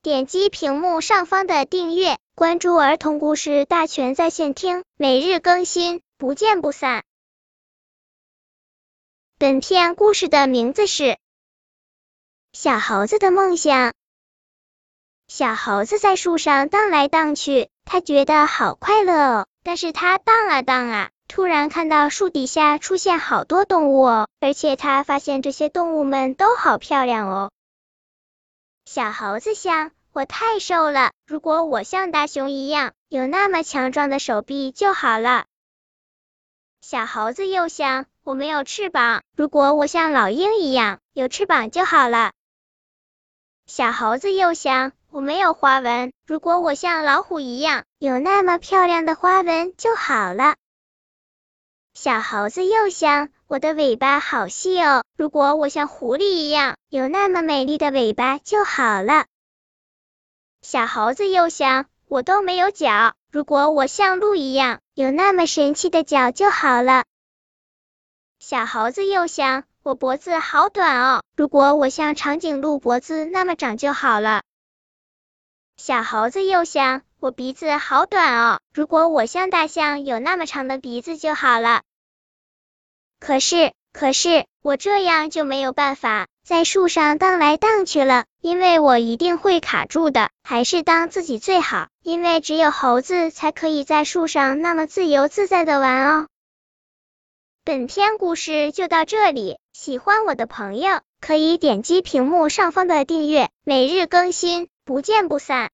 点击屏幕上方的订阅，关注儿童故事大全在线听，每日更新，不见不散。本片故事的名字是小猴子的梦想。小猴子在树上荡来荡去，他觉得好快乐哦。但是他荡啊荡啊，突然看到树底下出现好多动物哦，而且他发现这些动物们都好漂亮哦。小猴子想，我太瘦了，如果我像大熊一样，有那么强壮的手臂就好了。小猴子又想，我没有翅膀，如果我像老鹰一样，有翅膀就好了。小猴子又想，我没有花纹，如果我像老虎一样，有那么漂亮的花纹就好了。小猴子又想，我的尾巴好细哦，如果我像狐狸一样，有那么美丽的尾巴就好了。小猴子又想，我都没有脚，如果我像鹿一样，有那么神奇的脚就好了。小猴子又想，我脖子好短哦，如果我像长颈鹿脖子那么长就好了。小猴子又想，我鼻子好短哦，如果我像大象有那么长的鼻子就好了。可是，我这样就没有办法在树上荡来荡去了，因为我一定会卡住的，还是当自己最好，因为只有猴子才可以在树上那么自由自在的玩哦。本篇故事就到这里，喜欢我的朋友可以点击屏幕上方的订阅，每日更新，不见不散。